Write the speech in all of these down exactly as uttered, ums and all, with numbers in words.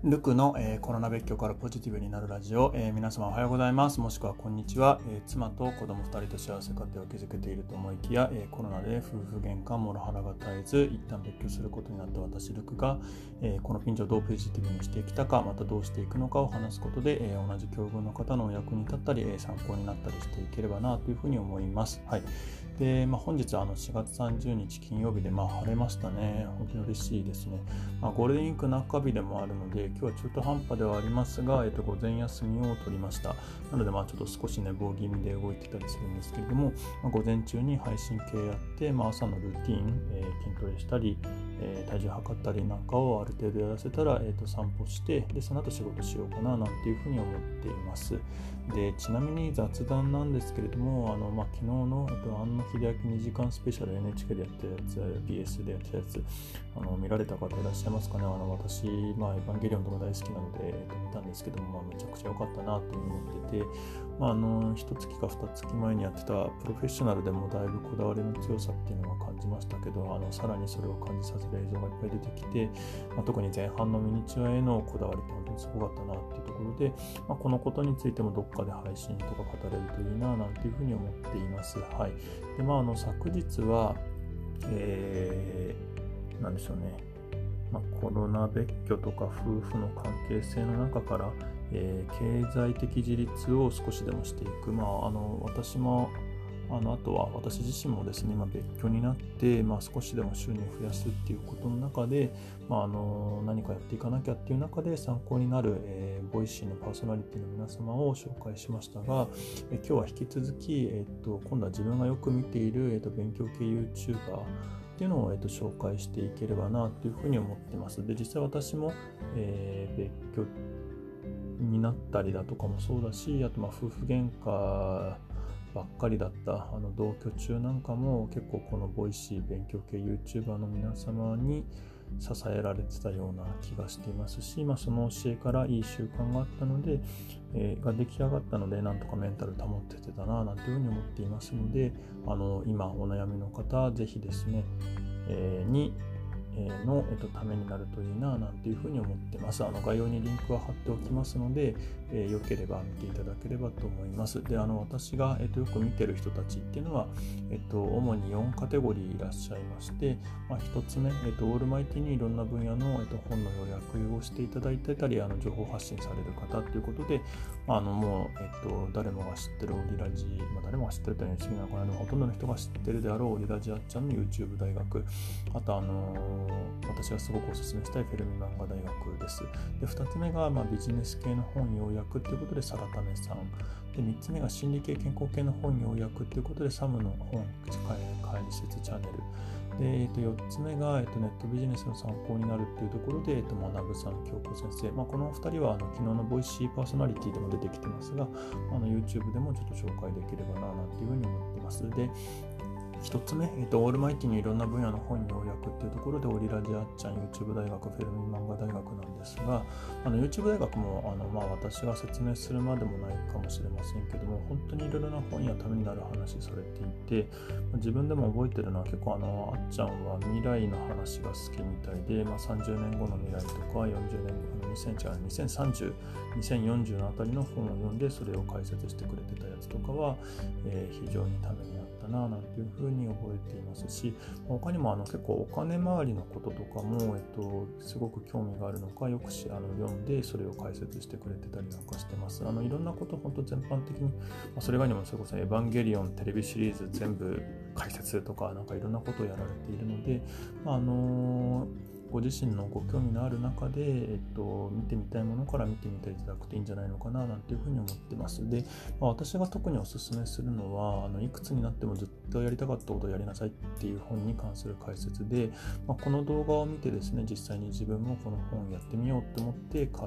ルクの、えー、コロナ別居からポジティブになるラジオ、えー、皆様おはようございます。もしくはこんにちは。えー、妻と子供ふたりと幸せ家庭を築けていると思いきや、えー、コロナで夫婦喧嘩モラハラが絶えず一旦別居することになった私ルクが、えー、このピンチをどうポジティブにしてきたか、またどうしていくのかを話すことで、えー、同じ境遇の方のお役に立ったり、えー、参考になったりしていければなというふうに思います。はい。で、まあ、本日はあのしがつさんじゅうにち金曜日で、まあ、晴れましたね。本当に嬉しいですね。まあ、ゴールデンウィーク中日でもあるので、今日は中途半端ではありますが、えっと、午前休みを取りました。なので、まあ、ちょっと少し寝坊気味で動いてたりするんですけれども、まあ、午前中に配信系やって、まあ、朝のルーティーン、えー、筋トレしたり、えー、体重測ったりなんかをある程度やらせたら、えー、と散歩して、でその後仕事しようかななんていうふうに思っています。でちなみに雑談なんですけれども、あの、まあ、昨日の、えっと、庵野秀明にじかんスペシャル エヌエイチケー でやったやつ、ビーエス でやったやつ、あの見られた方いらっしゃいますかね。あの私、まあ、エヴァンゲリオンとか大好きなので、えっと、見たんですけども、まあ、めちゃくちゃ良かったなと思ってて、まあ、あの一月か二月前にやってたプロフェッショナルでもだいぶこだわりの強さっていうのは感じましたけど、あのさらにそれを感じさせる映像がいっぱい出てきて、まあ、特に前半のミニチュアへのこだわりって本当にすごかったなっていうところで、まあ、このことについてもどっかで配信とか語れるといいななんていうふうに思っています。はい。で、まあ、あの昨日は、えー、なんでしょうね。まあ、コロナ別居とか夫婦の関係性の中から、えー、経済的自立を少しでもしていく。まあ、あの私もあのあとは私自身もですね、まあ、別居になって、まあ、少しでも収入を増やすっていうことの中で、まあ、あの何かやっていかなきゃっていう中で参考になる、えー、ボイシーのパーソナリティの皆様を紹介しましたが、えー、今日は引き続き、えー、と今度は自分がよく見ている、えー、と勉強系 YouTuberっていうのを、えー、と紹介していければなというふうに思っています。で、実際私も、えー、別居になったりだとかもそうだし、あとまあ夫婦喧嘩ばっかりだったあの同居中なんかも結構このボイシー勉強系 YouTuber の皆様に支えられてたような気がしていますし、まあ、その教えからいい習慣があったので、えー、が出来上がったのでなんとかメンタル保っててたななんていうふうに思っていますので、あの今お悩みの方ぜひですね、えー、にの、えっと、ためになるといいななんていうふうに思ってます。あの概要にリンクは貼っておきますので、えー、よければ見ていただければと思います。で、あの私が、えっと、よく見てる人たちっていうのは、えっと、主によんカテゴリーいらっしゃいまして、まあ、ひとつめ、えっと、オールマイティにいろんな分野の、えっと、本の要約をしていただいてたり、あの情報発信される方ということで、まあ、あのもう、えっと、誰もが知ってるオリラジ、まあ、誰もが知ってるというのは不思議なのかな、でもほとんどの人が知ってるであろうオリラジあっちゃんの YouTube 大学、あとあのー私がすごくおすすめしたいフェルミ漫画大学です。で、ふたつめが、まあ、ビジネス系の本要約ということでサラタネさん。で、みっつめが心理系健康系の本要約ということでサムの本解説チャンネル。で、えっと、よっつめが、えっと、ネットビジネスの参考になるっていうところで、えっと、学さん、京子先生。まあ、このふたりはあの昨日のボイシーパーソナリティでも出てきてますが、あの YouTube でもちょっと紹介できればななんていうふうに思ってます。で、一つ目、えっと、オールマイティにいろんな分野の本要約っていうところで、オリラジあっちゃん YouTube 大学、フェルミ漫画大学なんですが、あの YouTube 大学もあの、まあ、私が説明するまでもないかもしれませんけども、本当にいろいろな本やためになる話されていて、自分でも覚えてるのは結構あの、あっちゃんは未来の話が好きみたいで、まあ、さんじゅうねんごの未来とかよんじゅうねんごのにせん、違うにせんさんじゅう、にせんよんじゅうのあたりの本を読んで、それを解説してくれてたやつとかは、えー、非常にためになったななんていうふうに覚えていますし、他にもあの結構お金回りのこととかも、えっと、すごく興味があるのかよくしあの読んでそれを解説してくれてたりなんかしてます。あのいろんなこと本当全般的に、まあ、それ以外にもそれこそエヴァンゲリオンテレビシリーズ全部解説とかなんかいろんなことをやられているので、まあ、あのーご自身のご興味のある中で、えっと、見てみたいものから見てみていただくといいんじゃないのかななんていうふうに思ってます。で、まあ、私が特にお勧めするのは、あのいくつになってもずっとやりたかったことをやりなさいっていう本に関する解説で、まあ、この動画を見てですね、実際に自分もこの本をやってみようと思って買って、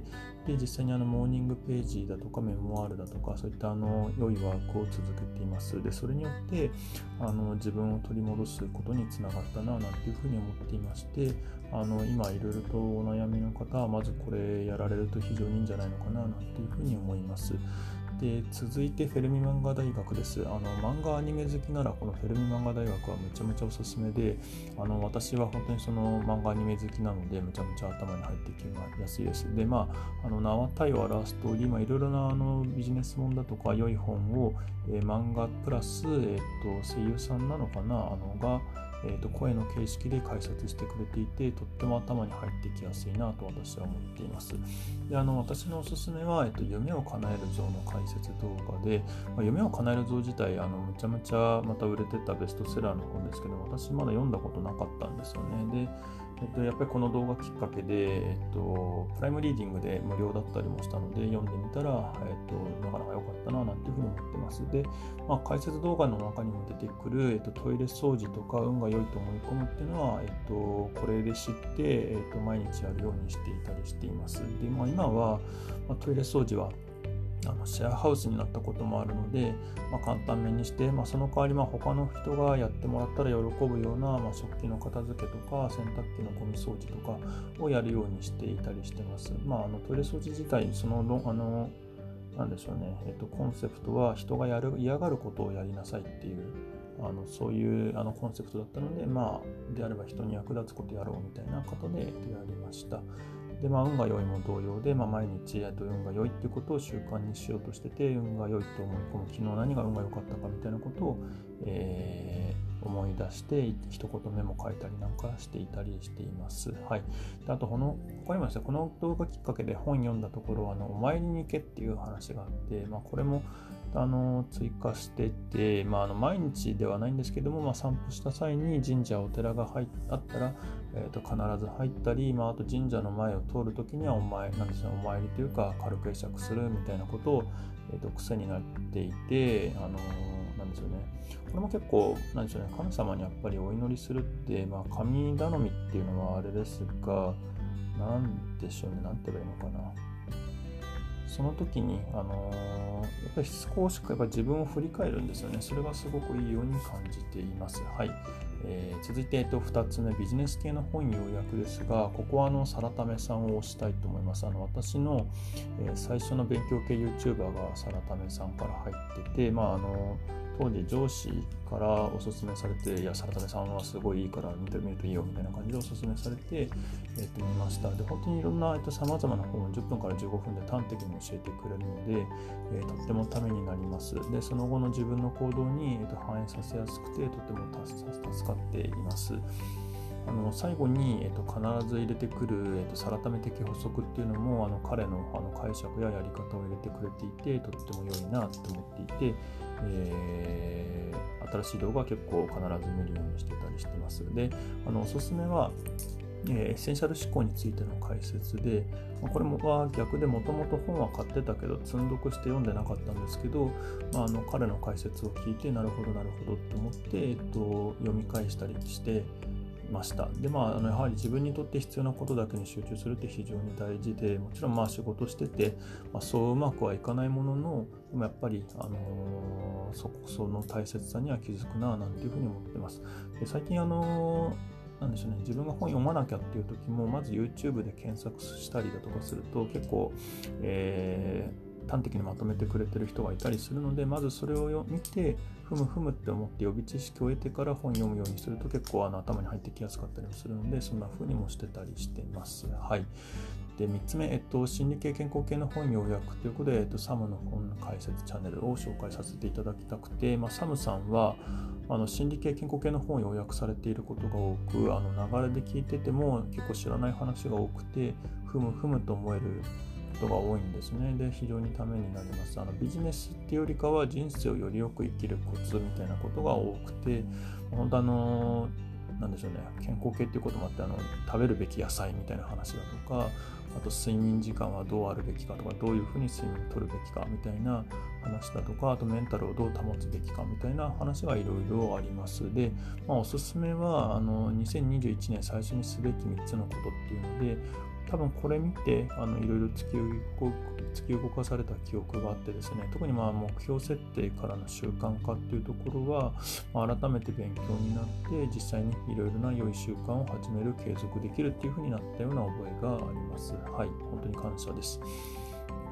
で実際にあのモーニングページだとかメモアールだとかそういったあの良いワークを続けています。でそれによってあの自分を取り戻すことにつながったななんていうふうに思っていまして、あの今いろいろとお悩みの方はまずこれやられると非常にいいんじゃないのかななんていうふうに思います。 で続いてフェルミ漫画大学です。あの漫画アニメ好きならこのフェルミ漫画大学はめちゃめちゃおすすめで、あの私は本当にその漫画アニメ好きなのでめちゃめちゃ頭に入ってきやすいです。でまあ、あの名は体を表す通り、まあ、いろいろなあのビジネス本だとか良い本を、えー、漫画プラス、えー、と声優さんなのかなあのがえー、と声の形式で解説してくれていて、とっても頭に入ってきやすいなと私は思っています。であの私のおすすめは、えー、と夢を叶える像の解説動画で、まあ、夢を叶える像自体あのめちゃめちゃまた売れてたベストセラーの本ですけど、私まだ読んだことなかったんですよね。でえっと、やっぱりこの動画きっかけで、えっと、プライムリーディングで無料だったりもしたので読んでみたら、えっと、なかなか良かったななんていうふうに思ってます。で、まあ、解説動画の中にも出てくる、えっと、トイレ掃除とか運が良いと思い込むっていうのは、えっと、これで知って、えっと、毎日やるようにしていたりしています。で、まあ、今は、まあ、トイレ掃除はあのシェアハウスになったこともあるので、まあ、簡単めにして、まあ、その代わりまあ他の人がやってもらったら喜ぶような、まあ、食器の片付けとか洗濯機のゴミ掃除とかをやるようにしていたりしてます。まあ、あのトイレ掃除自体そのあのなんでしょうね、えっと、コンセプトは人がやる嫌がることをやりなさいっていうあのそういうあのコンセプトだったので、まあ、であれば人に役立つことやろうみたいなことでやりました。でまあ、運が良いも同様で、まあ、毎日運が良いっていうことを習慣にしようとしてて、運が良いと思い込む、昨日何が運が良かったかみたいなことを、えー、思い出して一言メモ書いたりなんかしていたりしています。はい。であとこの他にもですね、この動画きっかけで本読んだところ、あのお参りに行けっていう話があって、まあ、これもあの追加してて、まあ、あの毎日ではないんですけども、まあ、散歩した際に神社お寺が入あったら、えー、と必ず入ったり、まあ、あと神社の前を通るときにはお参りなんですね、お参りというか軽く会釈するみたいなことを、えー、と癖になっていて、あのー、なんですよね。これも結構なんでしょうね、神様にやっぱりお祈りするって、まあ、神頼みっていうのはあれですが、なんでしょうね、なんて言えばいいのかな。その時に、あのー、やっぱり少しやっぱ自分を振り返るんですよね。それがすごくいいように感じています。はい。えー、続いて、えっと、ふたつめ、ビジネス系の本要約ですが、ここはあのサラタメさんを推したいと思います。あの私の、えー、最初の勉強系 YouTuber がサラタメさんから入ってて、まああの当時上司からおすすめされて、いやサラタメさんはすごいいいから見てみるといいよみたいな感じでおすすめされて、えー、と見ました。で本当にいろんなさまざまな本をじゅっぷんからじゅうごふんで端的に教えてくれるので、えー、とってもためになります。でその後の自分の行動に、えー、と反映させやすくてとても助かっています。あの最後に、えー、と必ず入れてくる、えー、とサラタメ的補足っていうのもあの彼の、あの解釈ややり方を入れてくれていてとっても良いなと思っていて、えー、新しい動画は結構必ず見るようにしてたりしてます。で、あのおすすめはえー、エッセンシャル思考についての解説で、まあ、これもは逆でもともと本は買ってたけど積んどくして読んでなかったんですけど、まあ、あの彼の解説を聞いてなるほどなるほどって思って、えっと、読み返したりしてました。で、まあ、あのやはり自分にとって必要なことだけに集中するって非常に大事で、もちろんまあ仕事してて、まあ、そううまくはいかないものの、でもやっぱり、あのー、そ, その大切さには気づくななんていうふうに思ってます。で最近あのーなんでしょうね、自分が本読まなきゃっていう時もまず YouTube で検索したりだとかすると結構、えー、端的にまとめてくれてる人がいたりするので、まずそれを見てふむふむって思って予備知識を得てから本読むようにすると結構あの頭に入ってきやすかったりもするので、そんな風にもしてたりしています。はい。でみっつめ、えっと、心理系健康系の本要約ということで、えっと、サムの本解説チャンネルを紹介させていただきたくて、まあ、サムさんはあの心理系健康系の本を要約されていることが多く、あの流れで聞いてても結構知らない話が多くて、ふむふむと思えることが多いんですね。で非常にためになります。あのビジネスっていうよりかは人生をよりよく生きるコツみたいなことが多くて、本当あのなんでしょうね、健康系っていうこともあって、あの食べるべき野菜みたいな話だとか、あと睡眠時間はどうあるべきかとか、どういうふうに睡眠を取るべきかみたいな話だとか、あとメンタルをどう保つべきかみたいな話がいろいろあります。で、まあ、おすすめはあのにせんにじゅういちねん最初にすべきみっつのことっていうので、多分これ見てあのいろいろ突き動突き動かされた記憶があってですね、特にまあ目標設定からの習慣化っていうところは、まあ、改めて勉強になって実際にいろいろな良い習慣を始める、継続できるっていう風になったような覚えがあります。はい、本当に感謝です。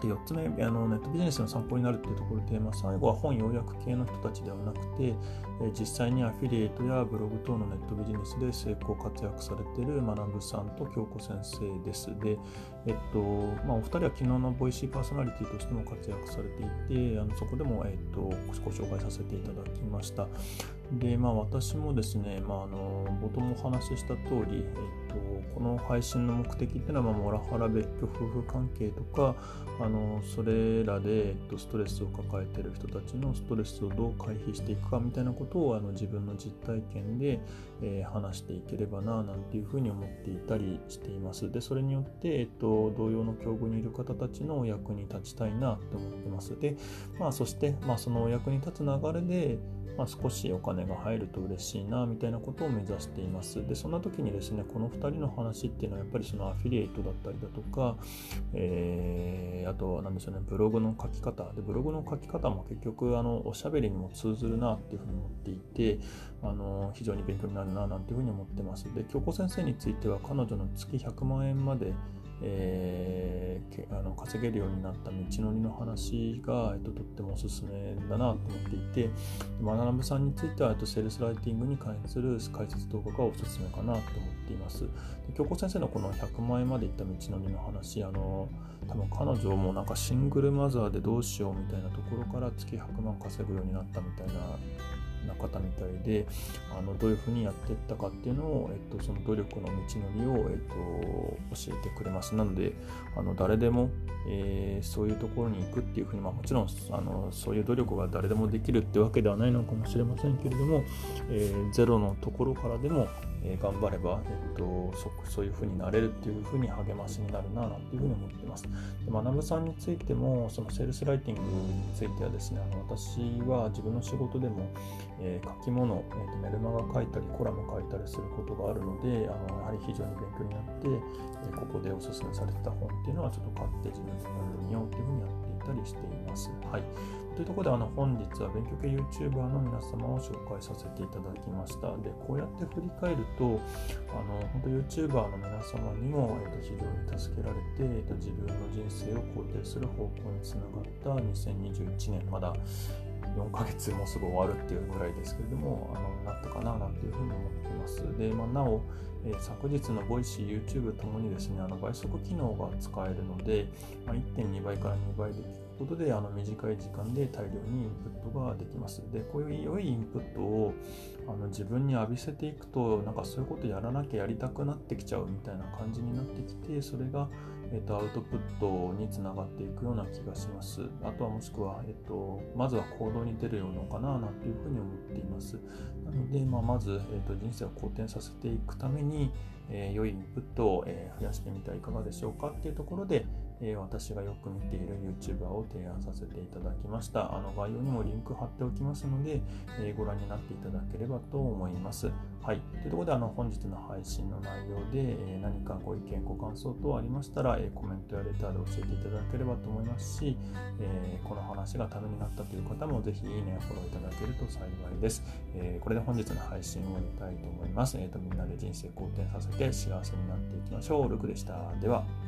とよっつめ、あのネットビジネスの参考になるっていうところで、まあ、最後は本要約系の人たちではなくて、えー、実際にアフィリエイトやブログ等のネットビジネスで成功活躍されている学さんと京子先生です。で、えっとまあ、お二人は昨日のボイシーパーソナリティとしても活躍されていて、あのそこでも、えっと、ご紹介させていただきました。で、まあ、私もですね、まあ、あの冒頭もお話しした通り、えっと、この配信の目的っていうのは、まあ、モラハラ別居夫婦関係とか、あのそれらで、えっと、ストレスを抱えている人たちのストレスをどう回避していくかみたいなことをあの自分の実体験で、えー、話していければななんていうふうに思っていたりしています。で、それによって、えっと、同様の境遇にいる方たちのお役に立ちたいなと思ってます。で、まあ、そして、まあ、そのお役に立つ流れで、まあ、少しお金が入ると嬉しいなみたいなことを目指しています。で、そんな時にですね、このふたりの話っていうのはやっぱりそのアフィリエイトだったりだとか、えー、あとは何でしょうね、ブログの書き方で、ブログの書き方も結局あのおしゃべりにも通ずるなっていうふうに思っていて、あの非常に勉強になるななんていうふうに思ってます。で、京子先生については彼女の月ひゃくまんえんまでえー、あの稼げるようになった道のりの話が、えっと、とってもおすすめだなと思っていて、学さんについては、えっと、セールスライティングに関する解説動画がおすすめかなと思っています。で、京子先生のこのひゃくまんえんまでいった道のりの話、あの多分彼女もなんかシングルマザーでどうしようみたいなところから月ひゃくまん稼ぐようになったみたいなな方みたいで、あのどういうふうにやっていったかっていうのを、えっと、その努力の道のりを、えっと、教えてくれます。なのであの誰でも、えー、そういうところに行くっていうふうに、まあ、もちろんあのそういう努力が誰でもできるってわけではないのかもしれませんけれども、えー、ゼロのところからでも、えー、頑張れば、えっと、そ, そういうふうになれるっていうふうに励ましになるななんていうふうに思っています。で、学さんについてもそのセールスライティングについてはですね、あの私は自分の仕事でもえー、書き物、えーと、メルマガ書いたりコラム書いたりすることがあるので、あのやはり非常に勉強になって、えー、ここでおすすめされてた本っていうのはちょっと買って自分で読んでみようっていうふうにやっていたりしています。はい。というところであの本日は勉強系 YouTuber の皆様を紹介させていただきました。で、こうやって振り返ると、あの本当 YouTuber の皆様にも、えー、と非常に助けられて、えー、と自分の人生を肯定する方向につながったにせんにじゅういちねん、まだよんかげつもすぐ終わるっていうぐらいですけれども、あのなったかななんていうふうに思っています。で、まあ、なお、えー、昨日のボイシー、YouTube ともにですね、あの倍速機能が使えるので、まあ、いってんにばいからにばいできることで、あの短い時間で大量にインプットができます。で、こういう良いインプットをあの自分に浴びせていくと、なんかそういうことやらなきゃやりたくなってきちゃうみたいな感じになってきて、それがえっと、アウトプットにつながっていくような気がします。あとはもしくは、えっと、まずは行動に出るようのかななんていうふうに思っています。なので、まあ、まず、えっと、人生を好転させていくために、えー、良いインプットを、えー、増やしてみてはいかがでしょうかっていうところで、えー、私がよく見ている YouTuber を提案させていただきました。あの概要にもリンク貼っておきますので、えー、ご覧になっていただければと思います。はい。というところで、あの本日の配信の内容で、えー、何かご意見、ご感想等ありましたら、えー、コメントやレターで教えていただければと思いますし、えー、この話がためになったという方もぜひいいね、フォローいただけると幸いです。えー、これで本日の配信を終わりたいと思います。えーと、みんなで人生好転させて幸せになっていきましょう。ルクでした。では。